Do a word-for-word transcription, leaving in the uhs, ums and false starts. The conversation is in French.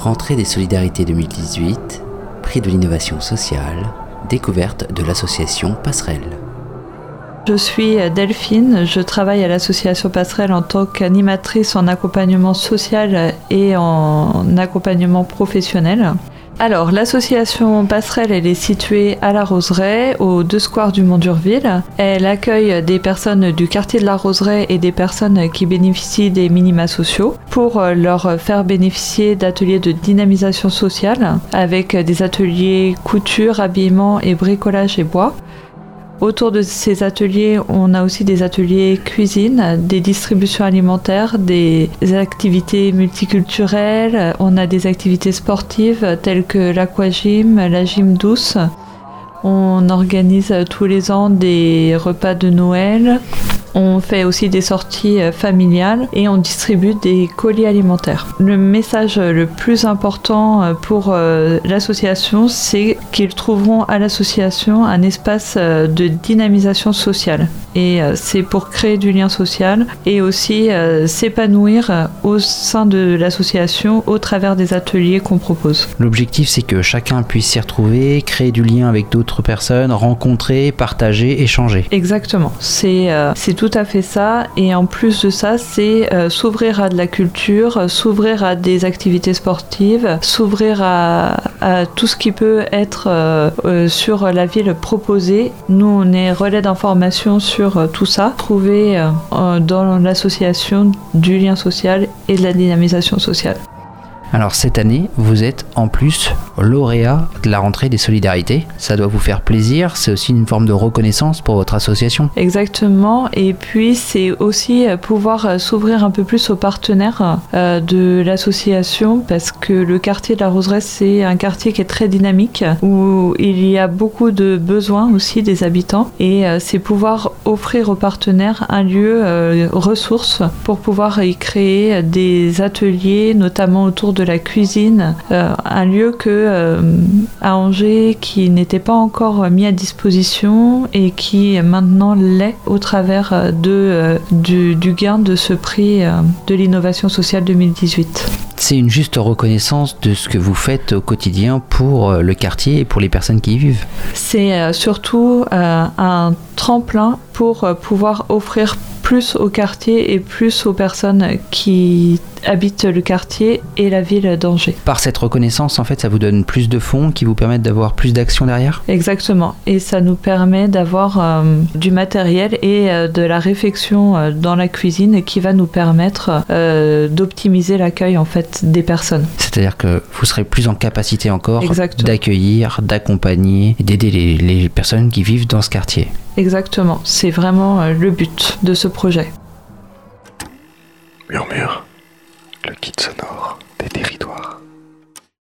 Rentrée des Solidarités deux mille dix-huit, prix de l'innovation sociale, découverte de l'association Passerelle. Je suis Delphine, je travaille à l'association Passerelle en tant qu'animatrice en accompagnement social et en accompagnement professionnel. Alors, l'association Passerelle, elle est située à La Roseraie, au deux square du Mont-d'Urville. Elle accueille des personnes du quartier de La Roseraie et des personnes qui bénéficient des minima sociaux pour leur faire bénéficier d'ateliers de dynamisation sociale avec des ateliers couture, habillement et bricolage et bois. Autour de ces ateliers, on a aussi des ateliers cuisine, des distributions alimentaires, des activités multiculturelles, on a des activités sportives telles que l'aquagym, la gym douce. On organise tous les ans des repas de Noël. On fait aussi des sorties familiales et on distribue des colis alimentaires. Le message le plus important pour l'association, c'est qu'ils trouveront à l'association un espace de dynamisation sociale. Et c'est pour créer du lien social et aussi s'épanouir au sein de l'association au travers des ateliers qu'on propose. L'objectif, c'est que chacun puisse s'y retrouver, créer du lien avec d'autres personnes, rencontrer, partager, échanger. Exactement. C'est, euh, c'est tout à fait ça. Et en plus de ça, c'est euh, s'ouvrir à de la culture, euh, s'ouvrir à des activités sportives, s'ouvrir à, à tout ce qui peut être euh, euh, sur la ville proposée. Nous, on est relais d'information sur euh, tout ça. Trouver euh, dans l'association du lien social et de la dynamisation sociale. Alors cette année, vous êtes en plus lauréat de la rentrée des solidarités. Ça doit vous faire plaisir, c'est aussi une forme de reconnaissance pour votre association. Exactement, et puis c'est aussi pouvoir s'ouvrir un peu plus aux partenaires euh, de l'association parce que le quartier de La Roseraie, c'est un quartier qui est très dynamique où il y a beaucoup de besoins aussi des habitants et euh, c'est pouvoir offrir aux partenaires un lieu euh, ressource pour pouvoir y créer des ateliers, notamment autour de de la cuisine, euh, un lieu que euh, à Angers qui n'était pas encore mis à disposition et qui maintenant l'est au travers de, euh, du, du gain de ce prix euh, de l'innovation sociale deux mille dix-huit. C'est une juste reconnaissance de ce que vous faites au quotidien pour le quartier et pour les personnes qui y vivent. C'est euh, surtout euh, un tremplin pour euh, pouvoir offrir plus au quartier et plus aux personnes qui habitent le quartier et la ville d'Angers. Par cette reconnaissance, en fait, ça vous donne plus de fonds qui vous permettent d'avoir plus d'actions derrière ? Exactement. Et ça nous permet d'avoir euh, du matériel et euh, de la réflexion euh, dans la cuisine qui va nous permettre euh, d'optimiser l'accueil en fait des personnes. C'est-à-dire que vous serez plus en capacité encore Exactement. d'accueillir, d'accompagner et d'aider les, les personnes qui vivent dans ce quartier. Exactement. C'est vraiment euh, le but de ce projet. Murmure, le guide sonore des territoires.